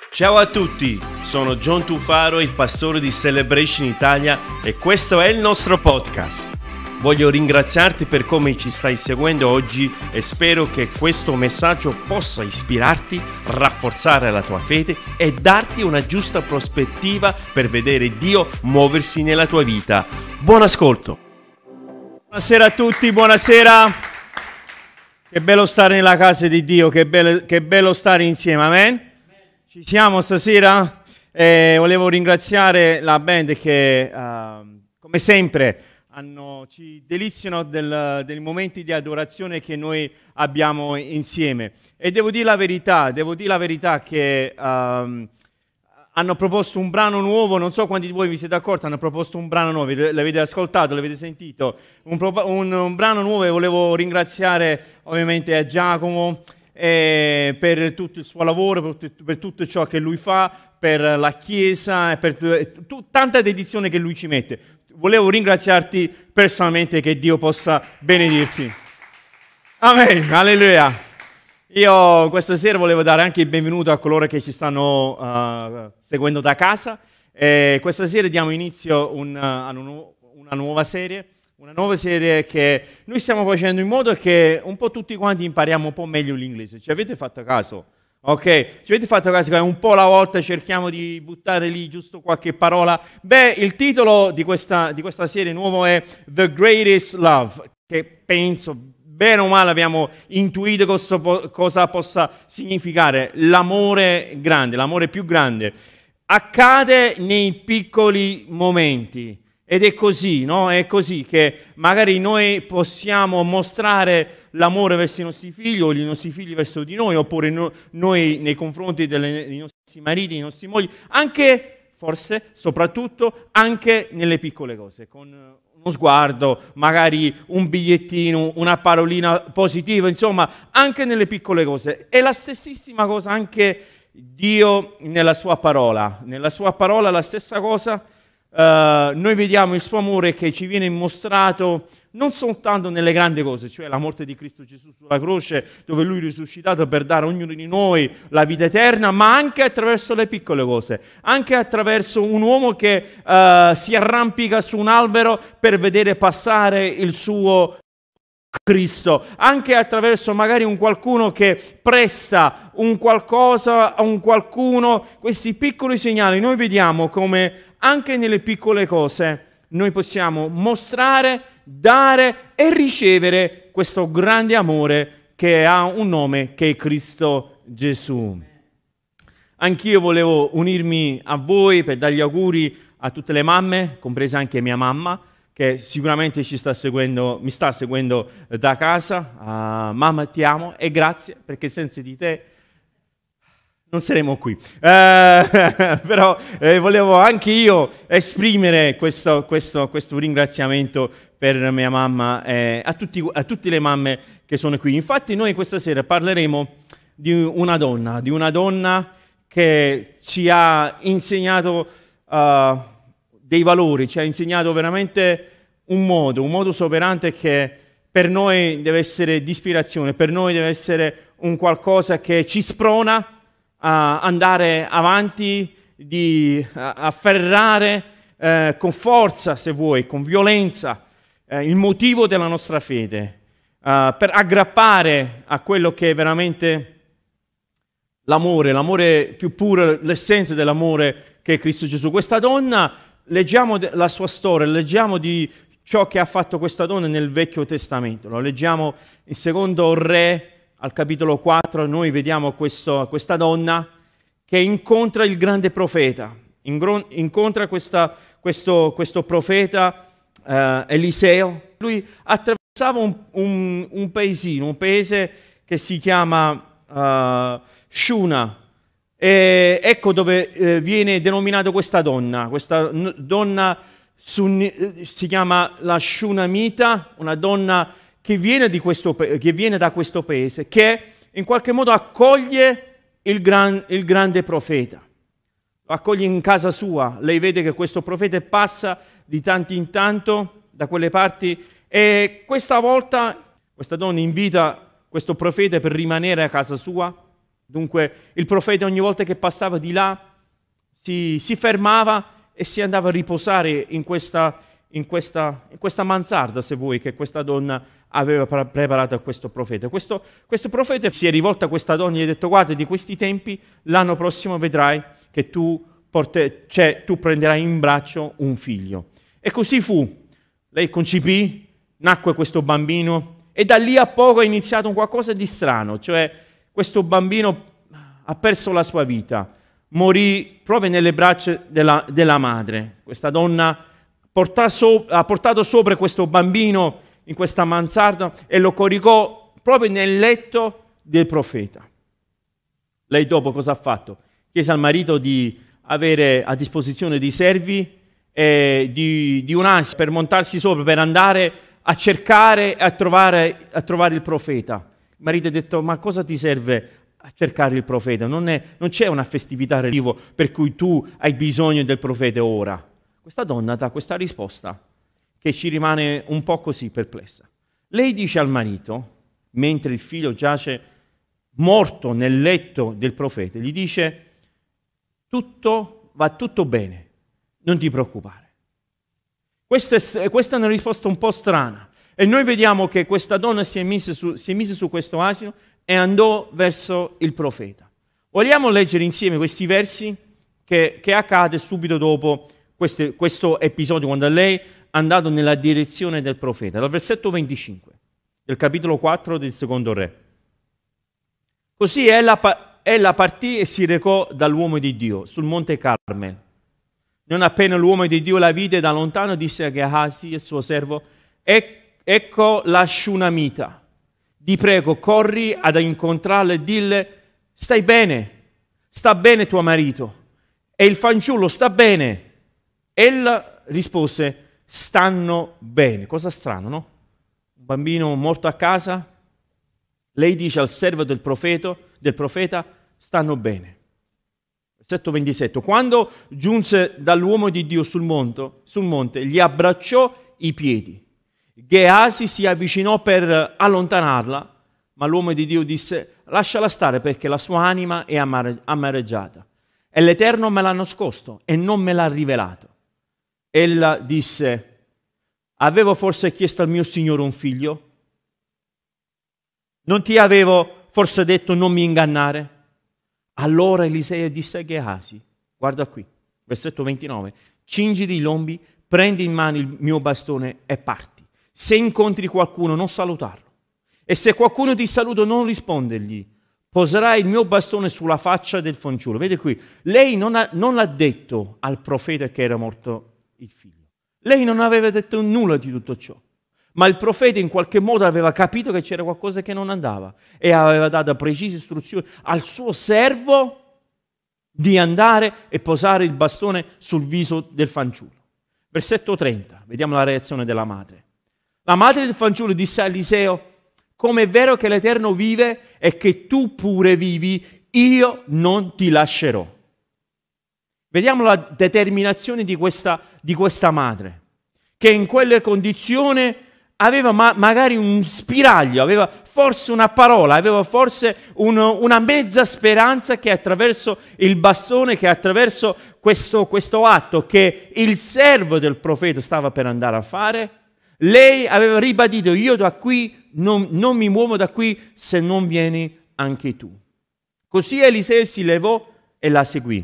Ciao a tutti, sono John Tufaro, il pastore di Celebration Italia e questo è il nostro podcast. Voglio ringraziarti per come ci stai seguendo oggi e spero che questo messaggio possa ispirarti, rafforzare la tua fede e darti una giusta prospettiva per vedere Dio muoversi nella tua vita. Buon ascolto! Buonasera a tutti, buonasera! Che bello stare nella casa di Dio, che bello stare insieme, amen? Ci siamo stasera? Volevo ringraziare la band che, come sempre, ci deliziano dei momenti di adorazione che noi abbiamo insieme. E devo dire la verità che hanno proposto un brano nuovo, non so quanti di voi vi siete accorti, hanno proposto un brano nuovo, l'avete ascoltato, l'avete sentito? Un brano nuovo e volevo ringraziare ovviamente a Giacomo, per tutto il suo lavoro, per tutto ciò che lui fa, per la Chiesa, per tanta dedizione che lui ci mette. Volevo ringraziarti personalmente, che Dio possa benedirti. Amen, alleluia. Io questa sera volevo dare anche il benvenuto a coloro che ci stanno seguendo da casa. Questa sera diamo inizio a una nuova serie. Una nuova serie che noi stiamo facendo in modo che un po' tutti quanti impariamo un po' meglio l'inglese. Ci avete fatto caso? Ok? Ci avete fatto caso che un po' alla volta cerchiamo di buttare lì giusto qualche parola? Beh, il titolo di questa serie nuovo è The Greatest Love, che penso, bene o male, abbiamo intuito cosa possa significare. L'amore grande, l'amore più grande. Accade nei piccoli momenti. Ed è così, no? È così che magari noi possiamo mostrare l'amore verso i nostri figli o i nostri figli verso di noi, oppure noi nei confronti dei nostri mariti, dei nostri mogli, anche, forse, soprattutto, anche nelle piccole cose, con uno sguardo, magari un bigliettino, una parolina positiva, insomma, anche nelle piccole cose. È la stessissima cosa anche Dio nella sua parola. Nella sua parola la stessa cosa. Noi vediamo il suo amore che ci viene mostrato non soltanto nelle grandi cose, cioè la morte di Cristo Gesù sulla croce, dove Lui è risuscitato per dare a ognuno di noi la vita eterna, ma anche attraverso le piccole cose, anche attraverso un uomo che si arrampica su un albero per vedere passare il suo Cristo, anche attraverso magari un qualcuno che presta un qualcosa a un qualcuno. Questi piccoli segnali noi vediamo come anche nelle piccole cose noi possiamo mostrare, dare e ricevere questo grande amore che ha un nome, che è Cristo Gesù. Anch'io volevo unirmi a voi per dare gli auguri a tutte le mamme, compresa anche mia mamma, che sicuramente mi sta seguendo da casa. Mamma, ti amo e grazie, perché senza di te non saremo qui. Però volevo anche io esprimere questo ringraziamento per mia mamma e a tutte le mamme che sono qui. Infatti noi questa sera parleremo di una donna che ci ha insegnato dei valori, ci ha insegnato veramente un modo operante che per noi deve essere di ispirazione, per noi deve essere un qualcosa che ci sprona a andare avanti, di afferrare con forza, se vuoi, con violenza, il motivo della nostra fede, per aggrappare a quello che è veramente l'amore più puro, l'essenza dell'amore che è Cristo Gesù. Questa donna, leggiamo la sua storia, leggiamo di ciò che ha fatto questa donna nel Vecchio Testamento. Lo leggiamo in Secondo Re, al capitolo 4, noi vediamo questa donna che incontra il grande profeta, incontra questo profeta Eliseo. Lui attraversava un paese che si chiama Shuna. E ecco dove viene denominata questa donna si chiama la Shunamita, una donna che viene da questo paese, che in qualche modo accoglie il grande profeta. Lo accoglie in casa sua. Lei vede che questo profeta passa di tanto in tanto da quelle parti e questa volta questa donna invita questo profeta per rimanere a casa sua Dunque il profeta ogni volta che passava di là si fermava e si andava a riposare in questa mansarda, se vuoi, che questa donna aveva preparato a questo profeta. Questo profeta si è rivolto a questa donna e gli ha detto: guarda, di questi tempi l'anno prossimo vedrai che tu prenderai in braccio un figlio. E così fu. Lei concepì, nacque questo bambino e da lì a poco è iniziato un qualcosa di strano, cioè questo bambino ha perso la sua vita, morì proprio nelle braccia della madre. Questa donna ha portato sopra questo bambino in questa mansarda e lo coricò proprio nel letto del profeta. Lei dopo cosa ha fatto? Chiese al marito di avere a disposizione dei servi e di un'ansia per montarsi sopra, per andare a cercare e a trovare il profeta. Il marito ha detto: ma cosa ti serve a cercare il profeta? Non c'è una festività religiosa per cui tu hai bisogno del profeta ora. Questa donna dà questa risposta che ci rimane un po' così perplessa. Lei dice al marito, mentre il figlio giace morto nel letto del profeta, gli dice: va tutto bene, non ti preoccupare. Questa è una risposta un po' strana. E noi vediamo che questa donna si è mise su questo asino e andò verso il profeta. Vogliamo leggere insieme questi versi che accade subito dopo questo episodio, quando lei è andata nella direzione del profeta. Dal versetto 25 del capitolo 4 del secondo re. Così ella partì e si recò dall'uomo di Dio sul monte Carmel. Non appena l'uomo di Dio la vide da lontano, disse a Gehazi, il suo servo: ecco la Shunamita. Ti prego, corri ad incontrarla e dille: stai bene, sta bene tuo marito, e il fanciullo sta bene. Ella rispose: stanno bene. Cosa strano, no? Un bambino morto a casa. Lei dice al servo del profeta: stanno bene. Versetto 27. Quando giunse dall'uomo di Dio sul monte, gli abbracciò i piedi. Gehazi si avvicinò per allontanarla, ma l'uomo di Dio disse: lasciala stare, perché la sua anima è amareggiata. E l'Eterno me l'ha nascosto e non me l'ha rivelato. Ella disse: avevo forse chiesto al mio Signore un figlio? Non ti avevo forse detto non mi ingannare? Allora Eliseo disse a Gehazi, guarda qui, versetto 29, cingiti i lombi, prendi in mano il mio bastone e parti. Se incontri qualcuno, non salutarlo. E se qualcuno ti saluta, non rispondergli. Poserai il mio bastone sulla faccia del fanciullo. Vedi qui, lei non l'ha detto al profeta che era morto il figlio. Lei non aveva detto nulla di tutto ciò. Ma il profeta in qualche modo aveva capito che c'era qualcosa che non andava e aveva dato precise istruzioni al suo servo di andare e posare il bastone sul viso del fanciullo. Versetto 30, vediamo la reazione della madre. La madre del fanciullo disse a Eliseo: come è vero che l'Eterno vive e che tu pure vivi, io non ti lascerò. Vediamo la determinazione di questa madre, che in quelle condizioni aveva magari un spiraglio, aveva forse una parola, aveva forse una mezza speranza che attraverso il bastone, che attraverso questo atto che il servo del profeta stava per andare a fare, lei aveva ribadito: io da qui non mi muovo da qui se non vieni anche tu. Così Eliseo si levò e la seguì.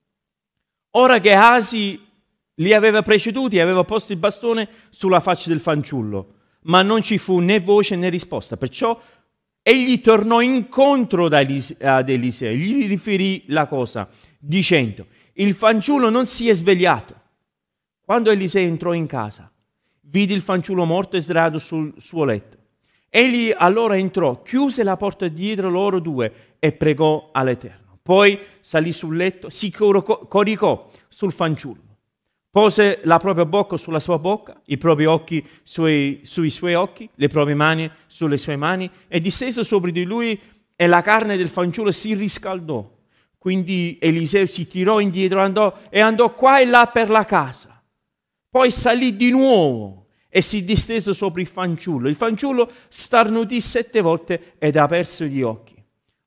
Ora Gehazi li aveva preceduti e aveva posto il bastone sulla faccia del fanciullo, ma non ci fu né voce né risposta. Perciò egli tornò incontro ad Eliseo e gli riferì la cosa, dicendo: il fanciullo non si è svegliato. Quando Eliseo entrò in casa, vide il fanciullo morto e sdraiato sul suo letto. Egli allora entrò, chiuse la porta dietro loro due e pregò all'Eterno. Poi salì sul letto, si coricò sul fanciullo, pose la propria bocca sulla sua bocca, i propri occhi sui suoi occhi, le proprie mani sulle sue mani, e distese sopra di lui, e la carne del fanciullo si riscaldò. Quindi Eliseo si tirò indietro e andò qua e là per la casa. Poi salì di nuovo e si distese sopra il fanciullo. Il fanciullo starnutì 7 volte ed aperse gli occhi.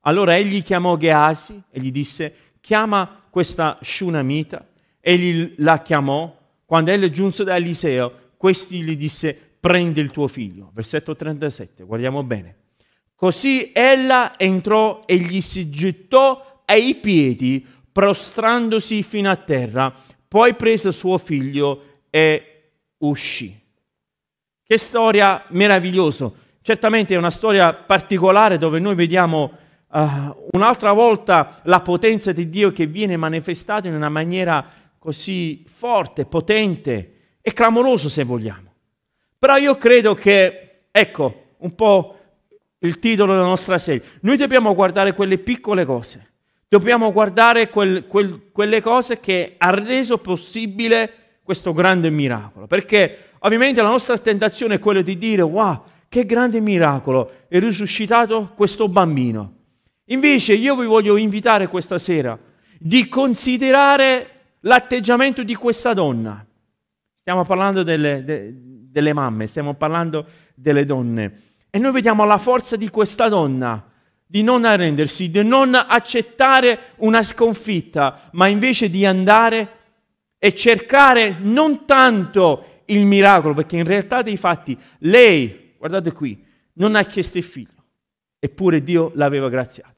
Allora egli chiamò Geasi e gli disse: chiama questa Shunamita. Egli la chiamò. Quando egli giunse da Eliseo, questi gli disse: prendi il tuo figlio. Versetto 37, guardiamo bene. Così ella entrò e gli si gettò ai piedi, prostrandosi fino a terra. Poi prese suo figlio e uscì. Che storia meravigliosa. Certamente è una storia particolare dove noi vediamo un'altra volta la potenza di Dio che viene manifestata in una maniera così forte, potente e clamorosa, se vogliamo. Però io credo che, ecco, un po' il titolo della nostra serie, noi dobbiamo guardare quelle piccole cose, dobbiamo guardare quelle cose che ha reso possibile questo grande miracolo, perché ovviamente la nostra tentazione è quella di dire: wow, che grande miracolo, è risuscitato questo bambino. Invece io vi voglio invitare questa sera di considerare l'atteggiamento di questa donna. Stiamo parlando delle mamme, stiamo parlando delle donne. E noi vediamo la forza di questa donna, di non arrendersi, di non accettare una sconfitta, ma invece di andare e cercare non tanto il miracolo, perché in realtà dei fatti lei, guardate qui, non ha chiesto il figlio, eppure Dio l'aveva graziato.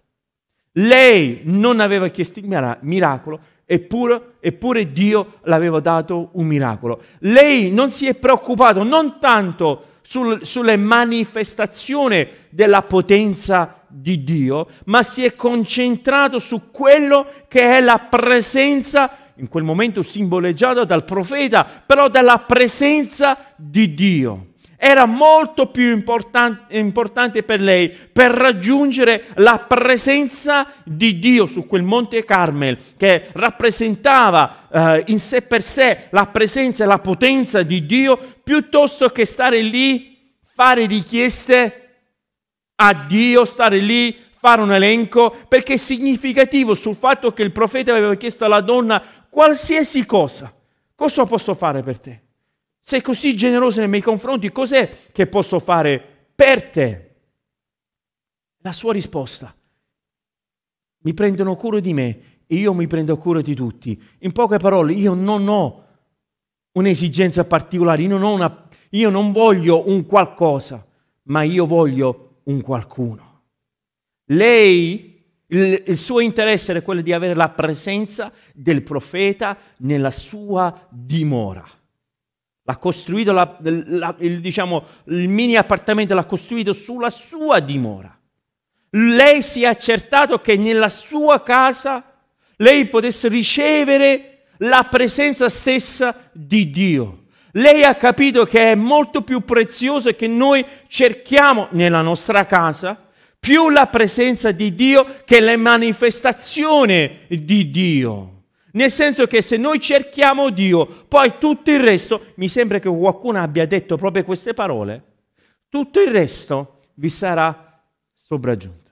Lei non aveva chiesto il miracolo, eppure Dio l'aveva dato un miracolo. Lei non si è preoccupato non tanto sulle manifestazioni della potenza di Dio, ma si è concentrato su quello che è la presenza, in quel momento simboleggiata dal profeta, però dalla presenza di Dio. Era molto più importante per lei per raggiungere la presenza di Dio su quel Monte Carmel, che rappresentava in sé per sé la presenza e la potenza di Dio, piuttosto che stare lì, fare richieste a Dio, stare lì, fare un elenco, perché è significativo sul fatto che il profeta aveva chiesto alla donna: qualsiasi cosa posso fare per te? Sei così generoso nei miei confronti, cos'è che posso fare per te? La sua risposta: mi prendono cura di me e io mi prendo cura di tutti. In poche parole, io non ho un'esigenza particolare, io non voglio un qualcosa, ma io voglio un qualcuno. Lei, il suo interesse era quello di avere la presenza del profeta nella sua dimora. L'ha costruito, il mini appartamento l'ha costruito sulla sua dimora. Lei si è accertato che nella sua casa lei potesse ricevere la presenza stessa di Dio. Lei ha capito che è molto più prezioso che noi cerchiamo nella nostra casa più la presenza di Dio che le manifestazioni di Dio. Nel senso che se noi cerchiamo Dio, poi tutto il resto, mi sembra che qualcuno abbia detto proprio queste parole, tutto il resto vi sarà sopraggiunto.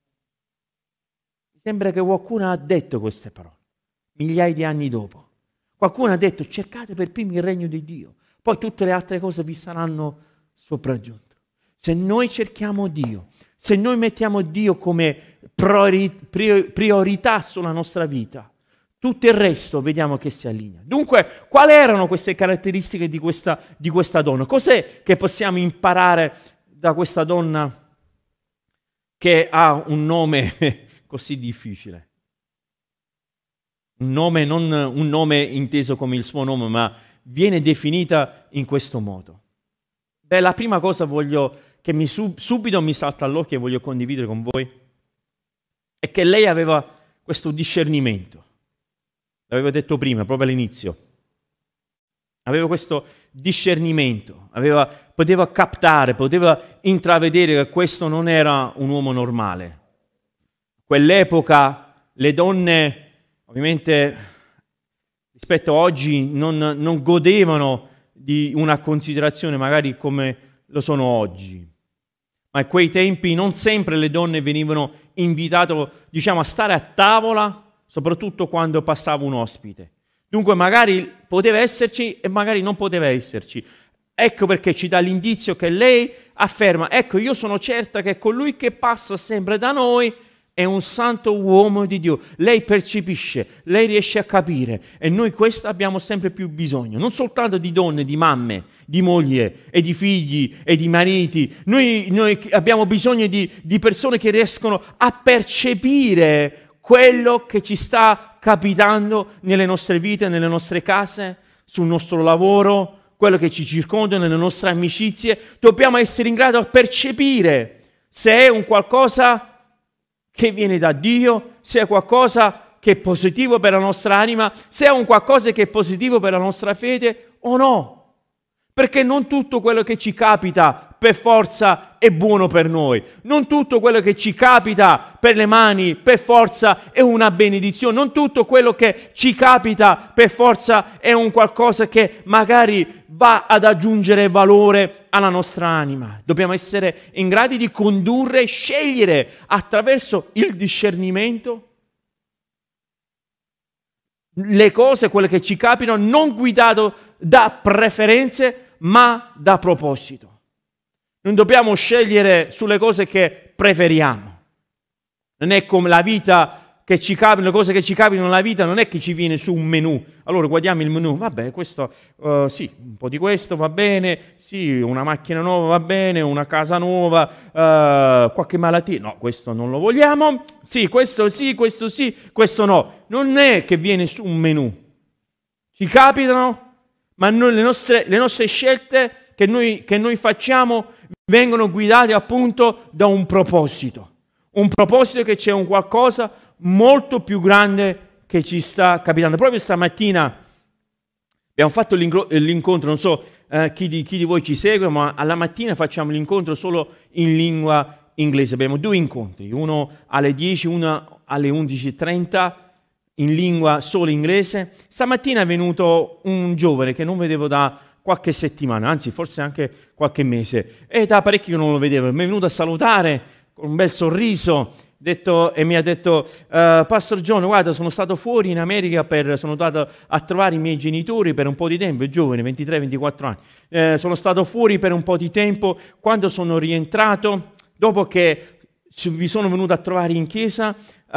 Mi sembra che qualcuno ha detto queste parole, migliaia di anni dopo. Qualcuno ha detto: cercate per primi il regno di Dio, poi tutte le altre cose vi saranno sopraggiunte. Se noi cerchiamo Dio, se noi mettiamo Dio come priorità sulla nostra vita, tutto il resto vediamo che si allinea. Dunque, quali erano queste caratteristiche di questa donna? Cos'è che possiamo imparare da questa donna che ha un nome così difficile? Un nome, non un nome inteso come il suo nome, ma viene definita in questo modo. Beh, la prima cosa che subito mi salta all'occhio e voglio condividere con voi è che lei aveva questo discernimento. L'avevo detto prima, proprio all'inizio. Aveva questo discernimento, poteva captare, poteva intravedere che questo non era un uomo normale. In quell'epoca le donne, ovviamente, rispetto a oggi, non godevano di una considerazione magari come lo sono oggi. Ma in quei tempi non sempre le donne venivano invitate, a stare a tavola, soprattutto quando passava un ospite. Dunque magari poteva esserci e magari non poteva esserci. Ecco perché ci dà l'indizio che lei afferma: ecco, io sono certa che colui che passa sempre da noi è un santo uomo di Dio. Lei percepisce, lei riesce a capire e noi questo abbiamo sempre più bisogno, non soltanto di donne, di mamme, di moglie e di figli e di mariti. Noi abbiamo bisogno di persone che riescono a percepire quello che ci sta capitando nelle nostre vite, nelle nostre case, sul nostro lavoro, quello che ci circonda, nelle nostre amicizie. Dobbiamo essere in grado di percepire se è un qualcosa che viene da Dio, se è qualcosa che è positivo per la nostra anima, se è un qualcosa che è positivo per la nostra fede o no. Perché non tutto quello che ci capita per forza è buono per noi. Non tutto quello che ci capita per le mani per forza è una benedizione. Non tutto quello che ci capita per forza è un qualcosa che magari va ad aggiungere valore alla nostra anima. Dobbiamo essere in grado di condurre, scegliere attraverso il discernimento le cose, quelle che ci capitano, non guidato da preferenze, ma da proposito. Non dobbiamo scegliere sulle cose che preferiamo. Non è come la vita che ci capita, le cose che ci capitano nella vita, non è che ci viene su un menù. Allora guardiamo il menù, vabbè, questo sì, un po' di questo va bene, sì, una macchina nuova va bene, una casa nuova, qualche malattia, no, questo non lo vogliamo, sì, questo questo no. Non è che viene su un menù. Ci capitano, ma noi, le nostre scelte che noi facciamo vengono guidate appunto da un proposito che c'è un qualcosa molto più grande che ci sta capitando. Proprio stamattina abbiamo fatto l'incontro, non so chi di voi ci segue, ma alla mattina facciamo l'incontro solo in lingua inglese. Abbiamo 2 incontri, uno alle 10, uno alle 11:30, in lingua solo inglese. Stamattina è venuto un giovane che non vedevo da qualche settimana, anzi forse anche qualche mese, e da parecchio che non lo vedevo. Mi è venuto a salutare con un bel sorriso e mi ha detto: Pastor John, guarda, sono stato fuori in America, sono andato a trovare i miei genitori per un po' di tempo, è giovane, 23-24 anni. Sono stato fuori per un po' di tempo. Quando sono rientrato, dopo che vi sono venuto a trovare in chiesa,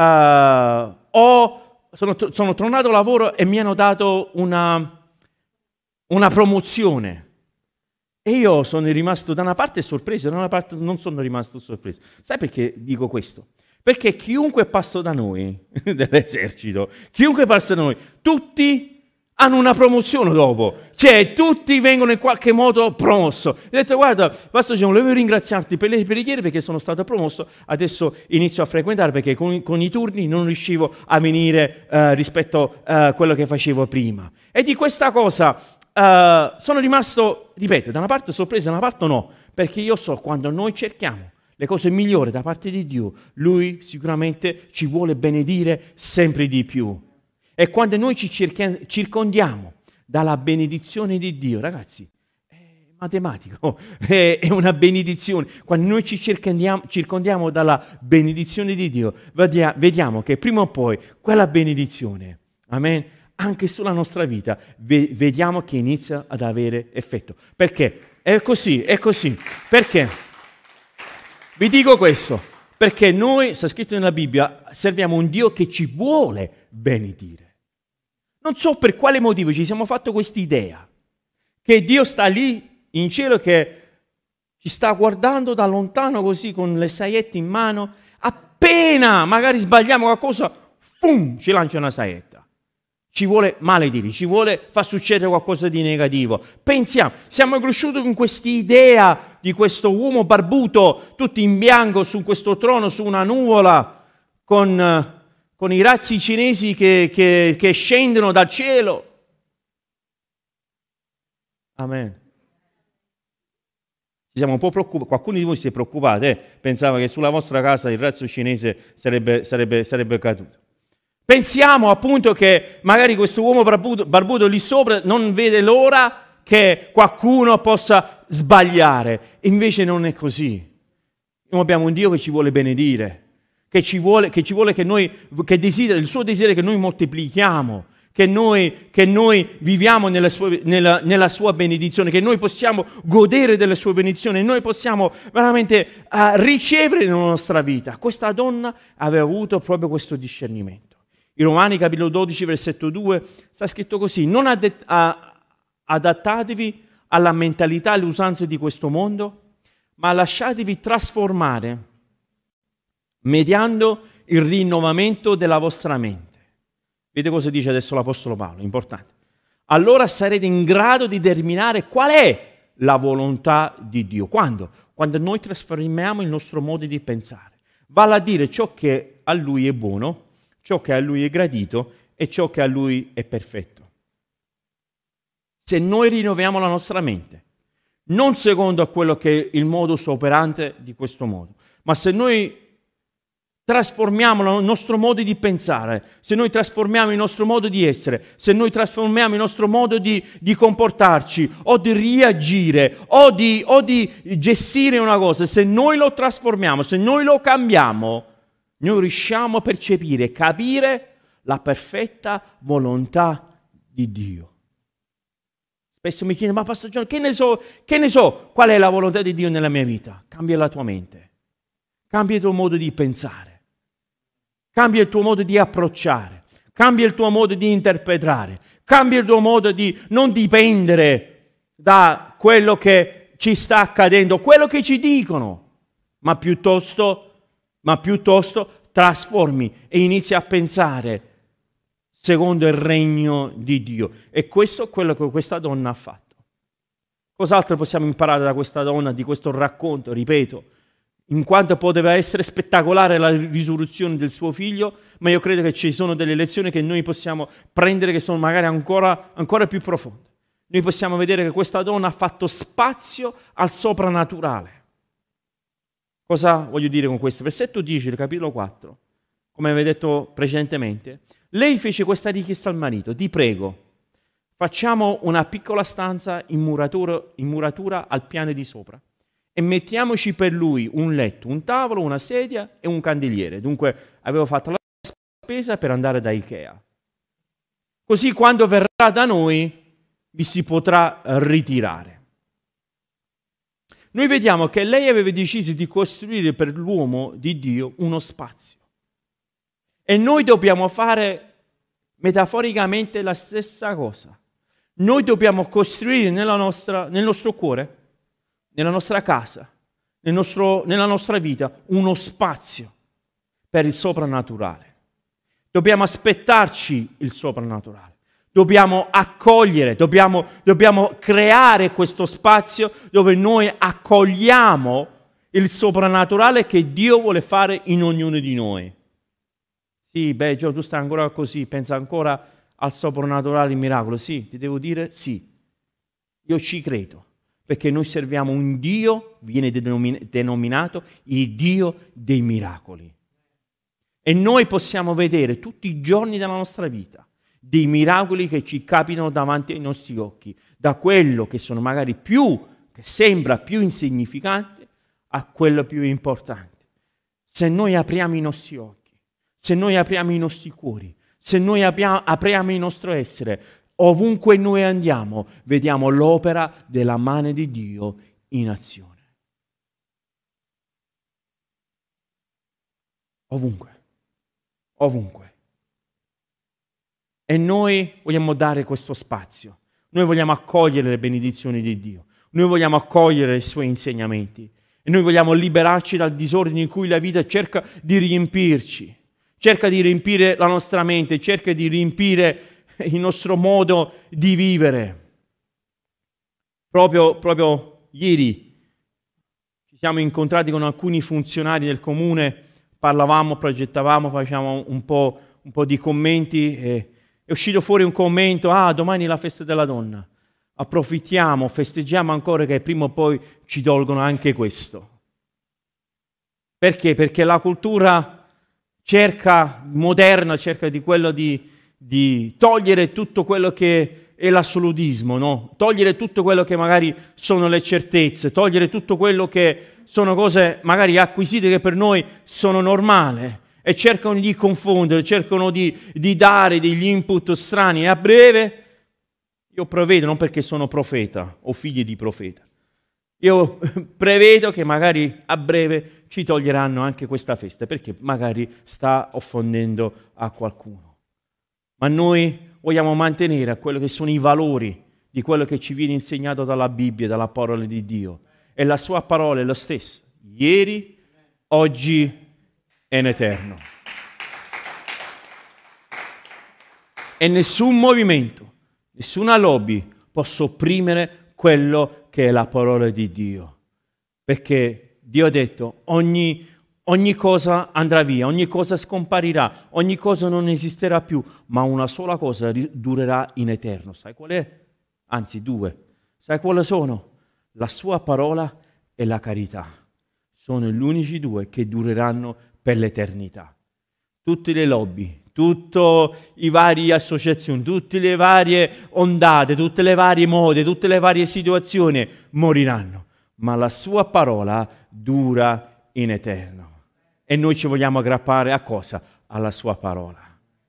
sono tornato a lavoro e mi hanno dato una promozione. E io sono rimasto da una parte sorpreso, da una parte non sono rimasto sorpreso. Sai perché dico questo? Perché chiunque passa da noi, dell'esercito, chiunque passa da noi, tutti hanno una promozione dopo. Cioè, tutti vengono in qualche modo promossi. Ho detto: guarda, Pastor John, volevo ringraziarti per le preghiere perché sono stato promosso, adesso inizio a frequentare perché con i turni non riuscivo a venire rispetto a quello che facevo prima. E di questa cosa sono rimasto, ripeto, da una parte sorpreso, da una parte no, perché io so quando noi cerchiamo le cose migliori da parte di Dio, Lui sicuramente ci vuole benedire sempre di più. E quando noi ci circondiamo dalla benedizione di Dio, ragazzi, è matematico, è una benedizione. Quando noi ci circondiamo dalla benedizione di Dio, vediamo che prima o poi quella benedizione, amen, anche sulla nostra vita, vediamo che inizia ad avere effetto. Perché? È così. Perché? Vi dico questo, perché noi, sta scritto nella Bibbia, serviamo un Dio che ci vuole benedire. Non so per quale motivo ci siamo fatti questa idea, che Dio sta lì in cielo, che ci sta guardando da lontano così, con le saiette in mano, appena magari sbagliamo qualcosa, ci lancia una saietta. Ci vuole maledire, ci vuole far succedere qualcosa di negativo. Pensiamo, siamo cresciuti con quest'idea di questo uomo barbuto, tutto in bianco, su questo trono, su una nuvola, con i razzi cinesi che scendono dal cielo. Amen. Ci siamo un po' preoccupati, qualcuno di voi si è preoccupato, pensava che sulla vostra casa il razzo cinese sarebbe caduto. Pensiamo appunto che magari questo uomo barbuto lì sopra non vede l'ora che qualcuno possa sbagliare. Invece non è così. Noi abbiamo un Dio che ci vuole benedire, che desidera, il suo desiderio è che noi moltiplichiamo, che noi viviamo nella sua benedizione, che noi possiamo godere delle sue benedizioni, noi possiamo veramente ricevere nella nostra vita. Questa donna aveva avuto proprio questo discernimento. In Romani capitolo 12 versetto 2 sta scritto così: non adattatevi alla mentalità e alle usanze di questo mondo, ma lasciatevi trasformare mediando il rinnovamento della vostra mente. Vedete cosa dice adesso l'Apostolo Paolo? Importante. Allora sarete in grado di determinare qual è la volontà di Dio. Quando? Quando noi trasformiamo il nostro modo di pensare. Vale a dire ciò che a Lui è buono, ciò che a Lui è gradito e ciò che a Lui è perfetto. Se noi rinnoviamo la nostra mente, non secondo quello che è il modus operandi di questo mondo, ma se noi trasformiamo il nostro modo di pensare, se noi trasformiamo il nostro modo di essere, se noi trasformiamo il nostro modo di comportarci o di reagire o di gestire una cosa, se noi lo trasformiamo, se noi lo cambiamo, noi riusciamo a percepire, capire la perfetta volontà di Dio. Spesso mi chiedono: ma Pastor John, che ne so qual è la volontà di Dio nella mia vita? Cambia la tua mente, cambia il tuo modo di pensare, cambia il tuo modo di approcciare, cambia il tuo modo di interpretare, cambia il tuo modo di non dipendere da quello che ci sta accadendo, quello che ci dicono, ma piuttosto trasformi e inizi a pensare secondo il regno di Dio. E questo è quello che questa donna ha fatto. Cos'altro possiamo imparare da questa donna, di questo racconto, ripeto, in quanto poteva essere spettacolare la risurrezione del suo figlio, ma io credo che ci sono delle lezioni che noi possiamo prendere che sono magari ancora più profonde. Noi possiamo vedere che questa donna ha fatto spazio al soprannaturale. Cosa voglio dire con questo? Versetto 10 del capitolo 4, come avevo detto precedentemente, lei fece questa richiesta al marito: ti prego, facciamo una piccola stanza in muratura al piano di sopra e mettiamoci per lui un letto, un tavolo, una sedia e un candeliere. Dunque avevo fatto la spesa per andare da Ikea. Così quando verrà da noi vi si potrà ritirare. Noi vediamo che lei aveva deciso di costruire per l'uomo di Dio uno spazio. E noi dobbiamo fare metaforicamente la stessa cosa. Noi dobbiamo costruire nel nostro cuore, nella nostra casa, nella nostra vita, uno spazio per il soprannaturale. Dobbiamo aspettarci il soprannaturale. Dobbiamo accogliere, dobbiamo creare questo spazio dove noi accogliamo il soprannaturale che Dio vuole fare in ognuno di noi. Sì, Gio, tu stai ancora così, pensa ancora al soprannaturale, il miracolo. Sì, ti devo dire sì. Io ci credo, perché noi serviamo un Dio, viene denominato il Dio dei miracoli. E noi possiamo vedere tutti i giorni della nostra vita dei miracoli che ci capitano davanti ai nostri occhi, da quello che sono magari che sembra più insignificante, a quello più importante. Se noi apriamo i nostri occhi, se noi apriamo i nostri cuori, se noi apriamo il nostro essere, ovunque noi andiamo, vediamo l'opera della mano di Dio in azione. Ovunque. E noi vogliamo dare questo spazio. Noi vogliamo accogliere le benedizioni di Dio. Noi vogliamo accogliere i Suoi insegnamenti. E noi vogliamo liberarci dal disordine in cui la vita cerca di riempirci. Cerca di riempire la nostra mente, cerca di riempire il nostro modo di vivere. Proprio ieri ci siamo incontrati con alcuni funzionari del comune, parlavamo, progettavamo, facciamo un po' di commenti e è uscito fuori un commento: domani è la festa della donna, approfittiamo, festeggiamo ancora che prima o poi ci tolgono anche questo. Perché? Perché la cultura moderna cerca di quello di togliere tutto quello che è l'assolutismo, no? Togliere tutto quello che magari sono le certezze, togliere tutto quello che sono cose magari acquisite che per noi sono normali. e cercano di confondere, cercano di dare degli input strani. E a breve, io prevedo, non perché sono profeta o figlio di profeta, io prevedo che magari a breve ci toglieranno anche questa festa, perché magari sta offendendo a qualcuno. Ma noi vogliamo mantenere quello che sono i valori di quello che ci viene insegnato dalla Bibbia, dalla parola di Dio. E la sua parola è la stessa, ieri, oggi e in eterno. E nessun movimento, nessuna lobby può sopprimere quello che è la parola di Dio. Perché Dio ha detto, ogni cosa andrà via, ogni cosa scomparirà, ogni cosa non esisterà più, ma una sola cosa durerà in eterno. Sai qual è? Anzi, due. Sai quali sono? La sua parola e la carità. Sono gli unici due che dureranno per l'eternità. Tutte le lobby, tutte le varie associazioni, tutte le varie ondate, tutte le varie mode, tutte le varie situazioni moriranno. Ma la sua parola dura in eterno. E noi ci vogliamo aggrappare a cosa? Alla sua parola.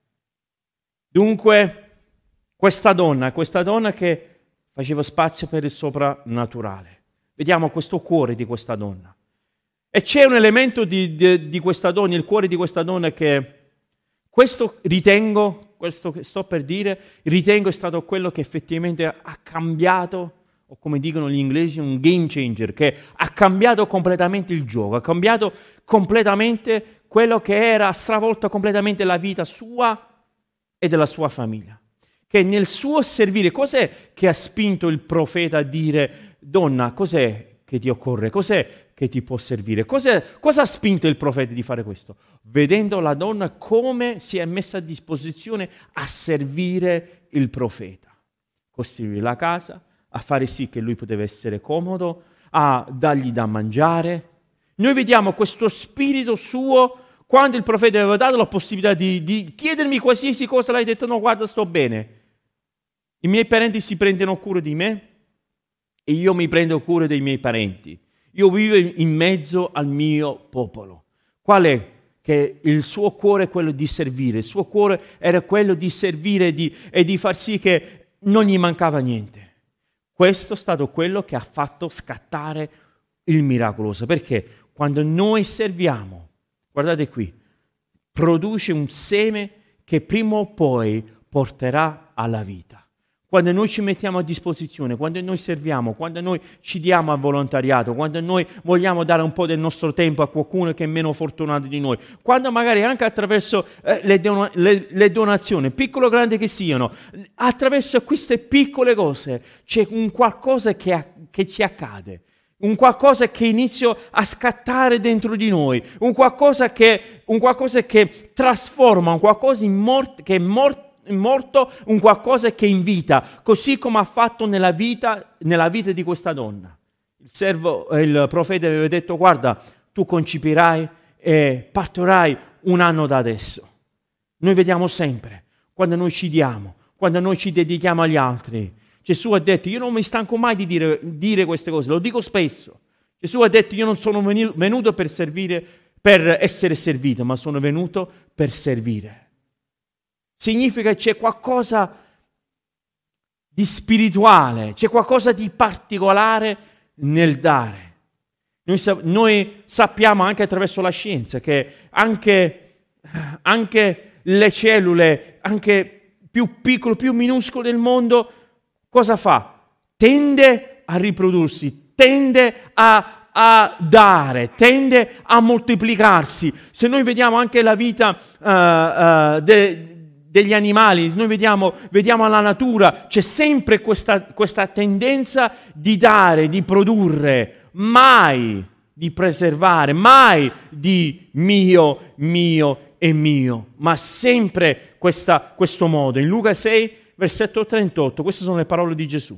Dunque, questa donna che faceva spazio per il soprannaturale. Vediamo questo cuore di questa donna. E c'è un elemento di questa donna, il cuore di questa donna, che questo che sto per dire, ritengo è stato quello che effettivamente ha cambiato, o come dicono gli inglesi, un game changer, che ha cambiato completamente il gioco, ha cambiato completamente quello che era, ha stravolto completamente la vita sua e della sua famiglia. Che nel suo servire, cos'è che ha spinto il profeta a dire, donna, cos'è che ti occorre? Cos'è che ti può servire? Cosa ha spinto il profeta di fare questo? Vedendo la donna come si è messa a disposizione a servire il profeta. Costruire la casa, a fare sì che lui poteva essere comodo, a dargli da mangiare. Noi vediamo questo spirito suo quando il profeta aveva dato la possibilità di chiedermi qualsiasi cosa, l'hai detto no, guarda, sto bene. I miei parenti si prendono cura di me e io mi prendo cura dei miei parenti. Io vivo in mezzo al mio popolo. Qual è? Che il suo cuore è quello di servire, il suo cuore era quello di servire e di far sì che non gli mancava niente. Questo è stato quello che ha fatto scattare il miracoloso, perché quando noi serviamo, guardate qui, produce un seme che prima o poi porterà alla vita. Quando noi ci mettiamo a disposizione, quando noi serviamo, quando noi ci diamo al volontariato, quando noi vogliamo dare un po' del nostro tempo a qualcuno che è meno fortunato di noi, quando magari anche attraverso le donazioni, piccole o grandi che siano, attraverso queste piccole cose c'è un qualcosa che ci accade, un qualcosa che inizia a scattare dentro di noi, un qualcosa che trasforma, un qualcosa che è morto, un qualcosa che invita, così come ha fatto nella vita di questa donna. Il profeta aveva detto, guarda, tu concipirai e partorai un anno da adesso. Noi vediamo sempre, quando noi ci diamo, quando noi ci dedichiamo agli altri. Gesù ha detto, io non mi stanco mai di dire queste cose, lo dico spesso. Gesù ha detto, io non sono venuto per servire, per essere servito, ma sono venuto per servire. Significa che c'è qualcosa di spirituale, c'è qualcosa di particolare nel dare. Noi sappiamo anche attraverso la scienza che anche le cellule, anche più piccole, più minuscole del mondo, cosa fa? Tende a riprodursi, tende a dare, tende a moltiplicarsi. Se noi vediamo anche la vita degli animali, noi vediamo la natura, c'è sempre questa tendenza di dare, di produrre, mai di preservare, mai di mio e mio, ma sempre questo modo. In Luca 6, versetto 38, queste sono le parole di Gesù.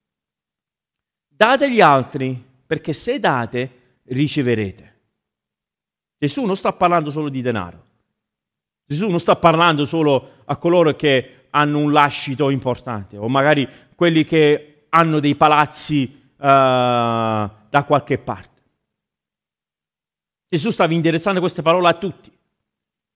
Date agli altri, perché se date, riceverete. Gesù non sta parlando solo di denaro. Gesù non sta parlando solo a coloro che hanno un lascito importante o magari quelli che hanno dei palazzi da qualche parte. Gesù stava indirizzando queste parole a tutti.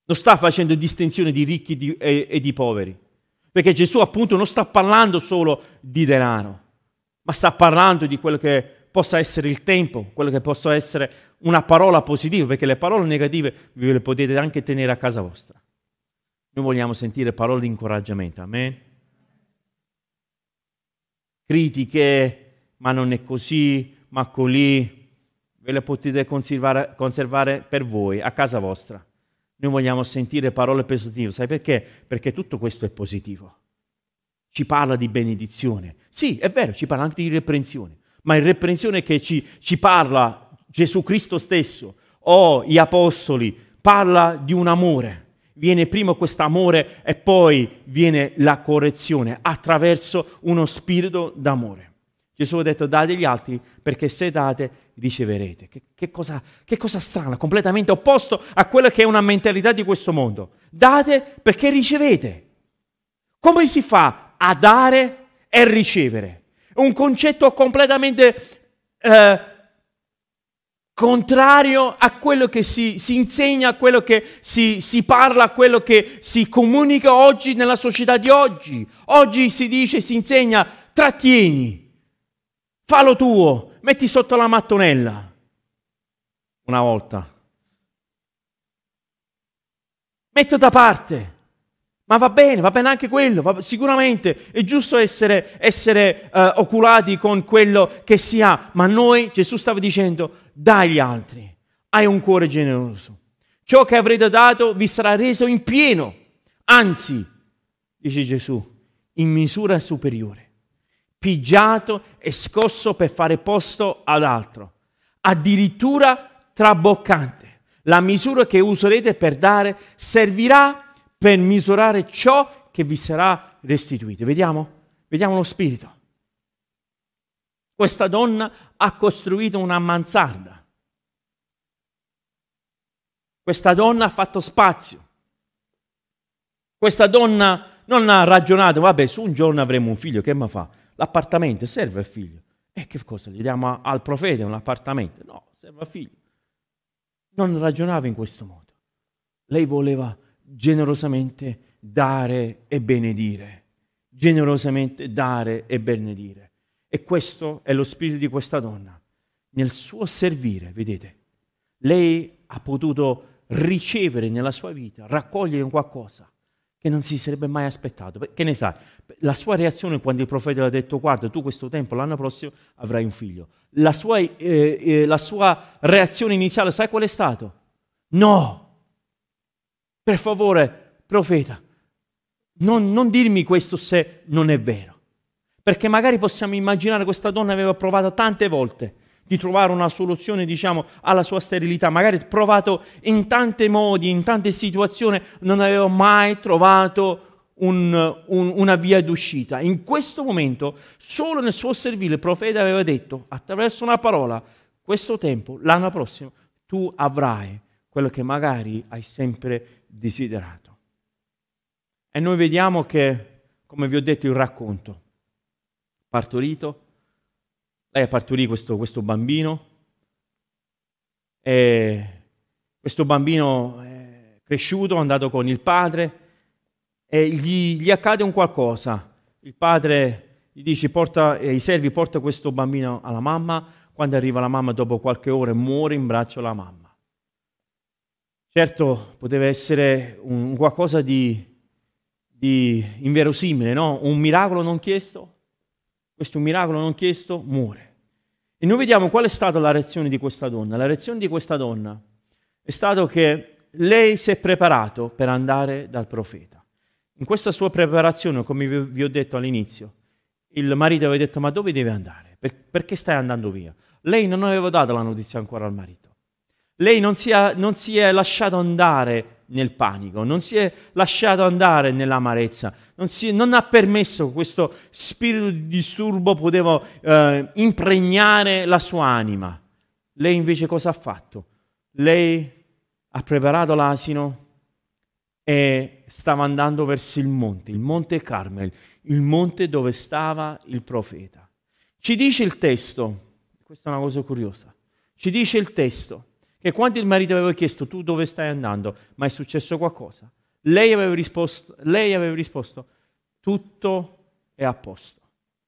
Non sta facendo distinzione di ricchi e di poveri. Perché Gesù appunto non sta parlando solo di denaro, ma sta parlando di quello che possa essere il tempo, quello che possa essere una parola positiva, perché le parole negative ve le potete anche tenere a casa vostra. Noi vogliamo sentire parole di incoraggiamento, amen? Critiche, ma non è così, ma colì, ve le potete conservare per voi, a casa vostra. Noi vogliamo sentire parole positive, sai perché? Perché tutto questo è positivo. Ci parla di benedizione. Sì, è vero, ci parla anche di reprensione, ma il reprensione che ci parla Gesù Cristo stesso o gli apostoli, parla di un amore. Viene prima questo amore e poi viene la correzione attraverso uno spirito d'amore. Gesù ha detto date agli altri perché se date riceverete. Che cosa strana, completamente opposto a quella che è una mentalità di questo mondo. Date perché ricevete. Come si fa a dare e ricevere? È un concetto completamente contrario a quello che si insegna, a quello che si parla, a quello che si comunica oggi nella società di oggi. Oggi si dice, si insegna, trattieni. Fallo tuo, metti sotto la mattonella. Una volta. Metto da parte. Ma va bene anche quello. Sicuramente è giusto essere oculati con quello che si ha. Ma noi, Gesù stava dicendo, dai agli altri. Hai un cuore generoso. Ciò che avrete dato vi sarà reso in pieno. Anzi, dice Gesù, in misura superiore. Pigiato e scosso per fare posto ad altro, addirittura traboccante. La misura che userete per dare servirà per misurare ciò che vi sarà restituito. Vediamo lo spirito. Questa donna ha costruito una mansarda. Questa donna ha fatto spazio. Questa donna non ha ragionato, vabbè, su un giorno avremo un figlio, che mi fa? L'appartamento serve al figlio. E che cosa? Gli diamo al profeta un appartamento? No, serve al figlio. Non ragionava in questo modo. Lei voleva generosamente dare e benedire. Generosamente dare e benedire. E questo è lo spirito di questa donna. Nel suo servire, vedete, lei ha potuto ricevere nella sua vita, raccogliere qualcosa che non si sarebbe mai aspettato. Che ne sai? La sua reazione quando il profeta le ha detto guarda, tu questo tempo, l'anno prossimo avrai un figlio. La sua reazione iniziale, sai qual è stato? No! Per favore, profeta, non dirmi questo se non è vero. Perché magari possiamo immaginare questa donna aveva provato tante volte di trovare una soluzione, alla sua sterilità. Magari provato in tanti modi, in tante situazioni, non aveva mai trovato una via d'uscita. In questo momento, solo nel suo servire, il profeta aveva detto, attraverso una parola, questo tempo, l'anno prossimo, tu avrai quello che magari hai sempre desiderato. E noi vediamo che, come vi ho detto, il racconto, partorito, lei partorì questo bambino e questo bambino è cresciuto, è andato con il padre e gli accade un qualcosa. Il padre gli dice ai servi porta questo bambino alla mamma, quando arriva la mamma dopo qualche ora muore in braccio alla mamma. Certo poteva essere un qualcosa di inverosimile, no? Un miracolo non chiesto. Questo miracolo non chiesto muore. E noi vediamo qual è stata la reazione di questa donna. La reazione di questa donna è stato che lei si è preparato per andare dal profeta. In questa sua preparazione, come vi ho detto all'inizio, il marito aveva detto: ma dove deve andare? Perché stai andando via? Lei non aveva dato la notizia ancora al marito. Lei non si è lasciato andare nel panico, non si è lasciato andare nell'amarezza, non ha permesso che questo spirito di disturbo poteva impregnare la sua anima. Lei invece cosa ha fatto? Lei ha preparato l'asino e stava andando verso il monte Carmel, il monte dove stava il profeta. Ci dice il testo, questa è una cosa curiosa, ci dice il testo Che quando il marito aveva chiesto tu dove stai andando, ma è successo qualcosa? Lei aveva risposto tutto è a posto,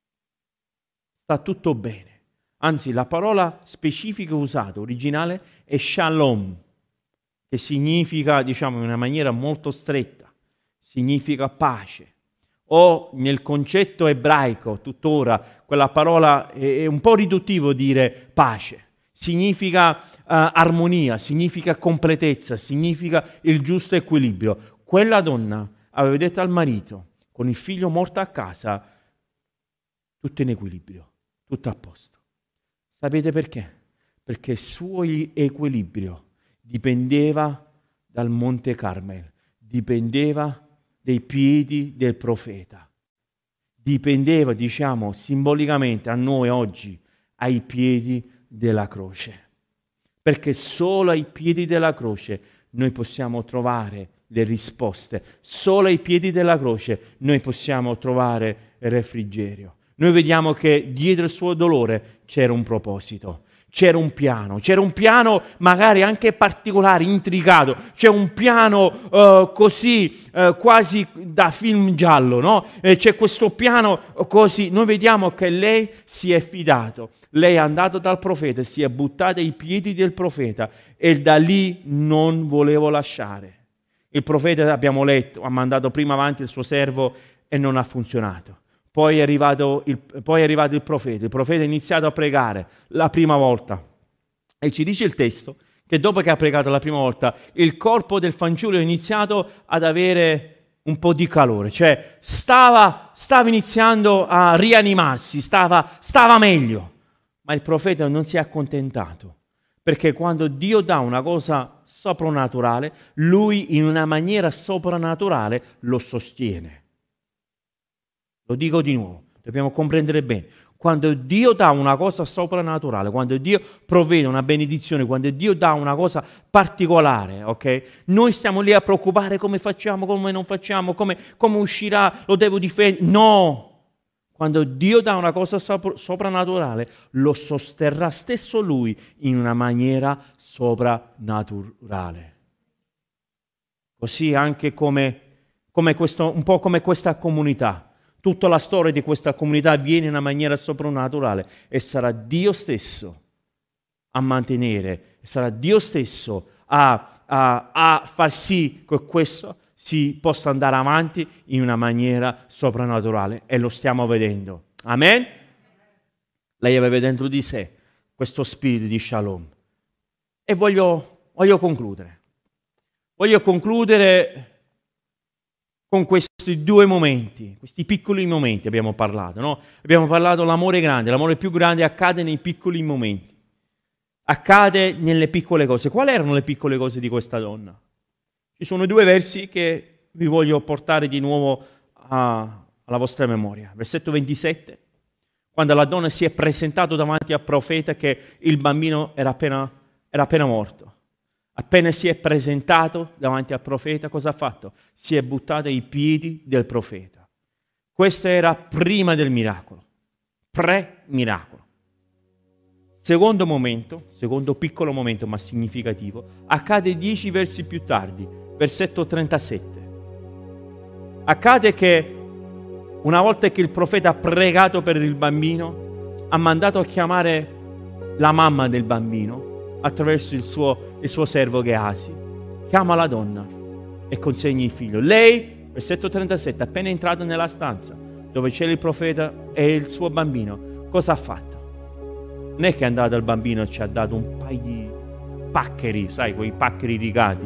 sta tutto bene. Anzi, la parola specifica usata, originale, è shalom, che significa, diciamo in una maniera molto stretta, significa pace. O nel concetto ebraico, tuttora, quella parola è un po' riduttivo dire pace. Significa armonia, significa completezza, significa il giusto equilibrio. Quella donna aveva detto al marito, con il figlio morto a casa, tutto in equilibrio, tutto a posto. Sapete perché? Perché il suo equilibrio dipendeva dal Monte Carmel, dipendeva dai piedi del profeta, dipendeva, diciamo, simbolicamente a noi oggi, ai piedi della croce. Perché solo ai piedi della croce noi possiamo trovare le risposte, solo ai piedi della croce noi possiamo trovare il refrigerio. Noi vediamo che dietro il suo dolore c'era un proposito, c'era un piano magari anche particolare, intricato, c'è un piano quasi da film giallo, no? C'è questo piano così, noi vediamo che lei si è fidato, lei è andata dal profeta, si è buttata ai piedi del profeta e da lì non volevo lasciare. Il profeta, abbiamo letto, ha mandato prima avanti il suo servo e non ha funzionato. Poi è arrivato il profeta ha iniziato a pregare la prima volta e ci dice il testo che dopo che ha pregato la prima volta il corpo del fanciullo ha iniziato ad avere un po' di calore, cioè stava iniziando a rianimarsi, stava meglio, ma il profeta non si è accontentato, perché quando Dio dà una cosa soprannaturale, lui in una maniera soprannaturale lo sostiene. Lo dico di nuovo, dobbiamo comprendere bene. Quando Dio dà una cosa soprannaturale, quando Dio provvede una benedizione, quando Dio dà una cosa particolare, ok? Noi stiamo lì a preoccupare come facciamo, come non facciamo, come uscirà, lo devo difendere. No! Quando Dio dà una cosa soprannaturale, lo sosterrà stesso Lui in una maniera soprannaturale. Così anche come questo, un po' come questa comunità. Tutta la storia di questa comunità avviene in una maniera soprannaturale e sarà Dio stesso a mantenere, sarà Dio stesso a far sì che questo si possa andare avanti in una maniera soprannaturale e lo stiamo vedendo. Amen? Lei aveva dentro di sé questo spirito di shalom. E voglio concludere. Voglio concludere con questi due momenti, questi piccoli momenti abbiamo parlato, no? Abbiamo parlato dell'amore grande, l'amore più grande accade nei piccoli momenti, accade nelle piccole cose. Quali erano le piccole cose di questa donna? Ci sono due versi che vi voglio portare di nuovo alla vostra memoria. Versetto 27, quando la donna si è presentata davanti al profeta che il bambino era appena morto. Appena si è presentato davanti al profeta, cosa ha fatto? Si è buttato ai piedi del profeta. Questo era prima del miracolo, pre-miracolo. Secondo piccolo momento ma significativo, accade 10 versi più tardi, versetto 37. Accade che una volta che il profeta ha pregato per il bambino, ha mandato a chiamare la mamma del bambino attraverso il suo servo Geasi, chiama la donna e consegna il figlio. Lei, versetto 37, appena entrato nella stanza dove c'era il profeta e il suo bambino, cosa ha fatto? Non è che è andato al bambino e ci ha dato un paio di paccheri, sai, quei paccheri rigati.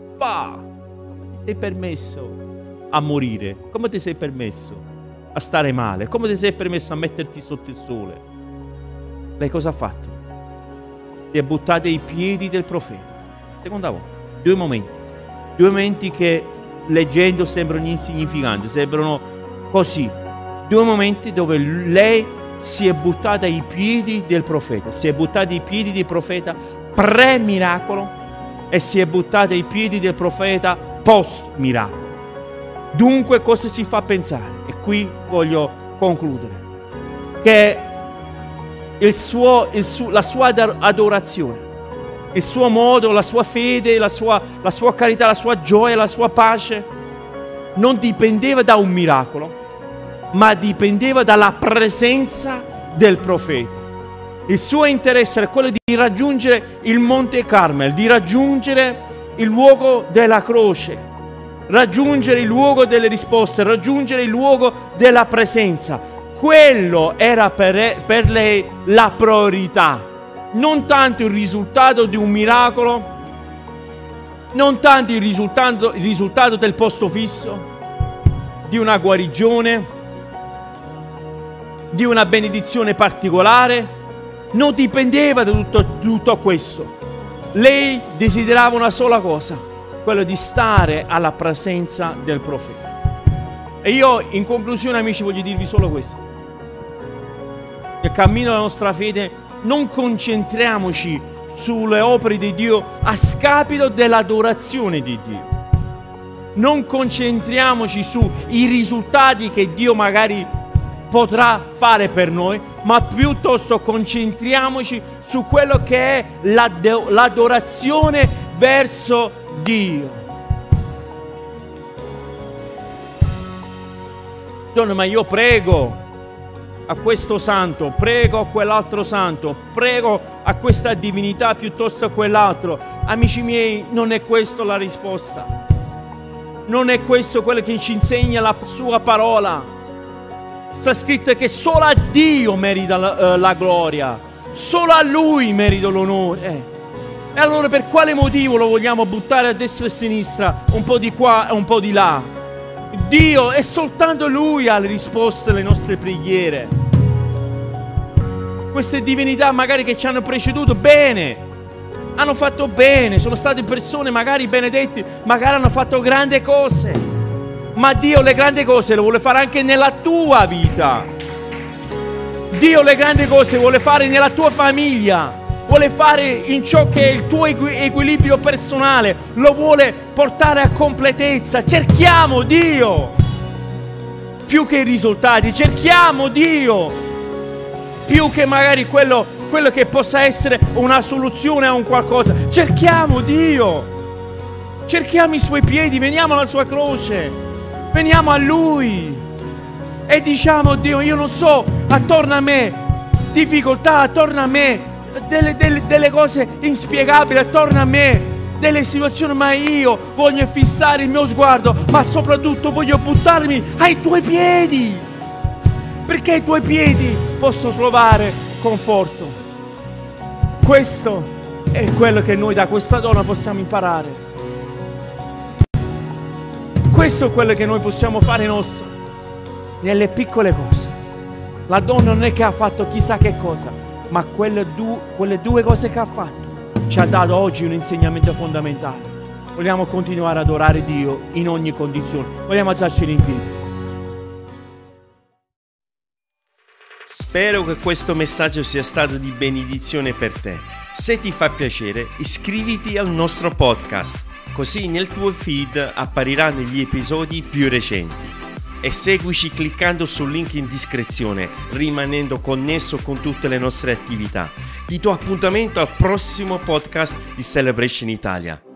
Come ti sei permesso a morire? Come ti sei permesso a stare male? Come ti sei permesso a metterti sotto il sole? Lei cosa ha fatto? Si è buttata ai piedi del profeta. Seconda volta. Due momenti che leggendo sembrano insignificanti, sembrano così. Due momenti dove lei si è buttata ai piedi del profeta, si è buttata ai piedi del profeta pre-miracolo e si è buttata ai piedi del profeta post-miracolo. Dunque cosa ci fa pensare? E qui voglio concludere. Che la sua adorazione il suo modo, la sua fede, la sua carità, la sua gioia, la sua pace non dipendeva da un miracolo, ma dipendeva dalla presenza del profeta. Il suo interesse era quello di raggiungere il Monte Carmel, di raggiungere il luogo della croce, raggiungere il luogo delle risposte, raggiungere il luogo della presenza. Quello era per lei la priorità. Non tanto il risultato di un miracolo, non tanto il risultato del posto fisso, di una guarigione, di una benedizione particolare. Non dipendeva da tutto questo. Lei desiderava una sola cosa, quello di stare alla presenza del profeta. E io, in conclusione, amici, voglio dirvi solo questo: nel cammino della nostra fede non concentriamoci sulle opere di Dio a scapito dell'adorazione di Dio. Non concentriamoci sui risultati che Dio magari potrà fare per noi, ma piuttosto concentriamoci su quello che è l'adorazione verso Dio. Ma io prego a questo santo, prego a quell'altro santo, prego a questa divinità piuttosto a quell'altro. Amici miei, non è questa la risposta. Non è questo quello che ci insegna la sua parola. Sta scritto che solo a Dio merita la gloria, solo a Lui merita l'onore. E allora per quale motivo lo vogliamo buttare a destra e a sinistra, un po' di qua e un po' di là? Dio, è soltanto Lui ha le risposte alle nostre preghiere. Queste divinità magari che ci hanno preceduto, bene, hanno fatto bene, sono state persone magari benedette, magari hanno fatto grandi cose, ma Dio le grandi cose le vuole fare anche nella tua vita. Dio le grandi cose vuole fare nella tua famiglia, vuole fare in ciò che è il tuo equilibrio personale, lo vuole portare a completezza. Cerchiamo Dio più che i risultati, cerchiamo Dio più che magari quello che possa essere una soluzione a un qualcosa. Cerchiamo Dio, cerchiamo i Suoi piedi, veniamo alla Sua croce, veniamo a Lui e diciamo: Dio, io non so, attorno a me difficoltà, attorno a me delle cose inspiegabili, attorno a me delle situazioni, ma io voglio fissare il mio sguardo, ma soprattutto voglio buttarmi ai Tuoi piedi, perché ai Tuoi piedi posso trovare conforto. Questo è quello che noi da questa donna possiamo imparare. Questo è quello che noi possiamo fare nostro nelle piccole cose. La donna non è che ha fatto chissà che cosa, ma quelle due cose che ha fatto ci ha dato oggi un insegnamento fondamentale. Vogliamo continuare ad adorare Dio in ogni condizione. Vogliamo alzarci in piedi. Spero che questo messaggio sia stato di benedizione per te. Se ti fa piacere, iscriviti al nostro podcast, così nel tuo feed appariranno gli episodi più recenti. E seguici cliccando sul link in descrizione, rimanendo connesso con tutte le nostre attività. Ti do appuntamento al prossimo podcast di Celebration Italia.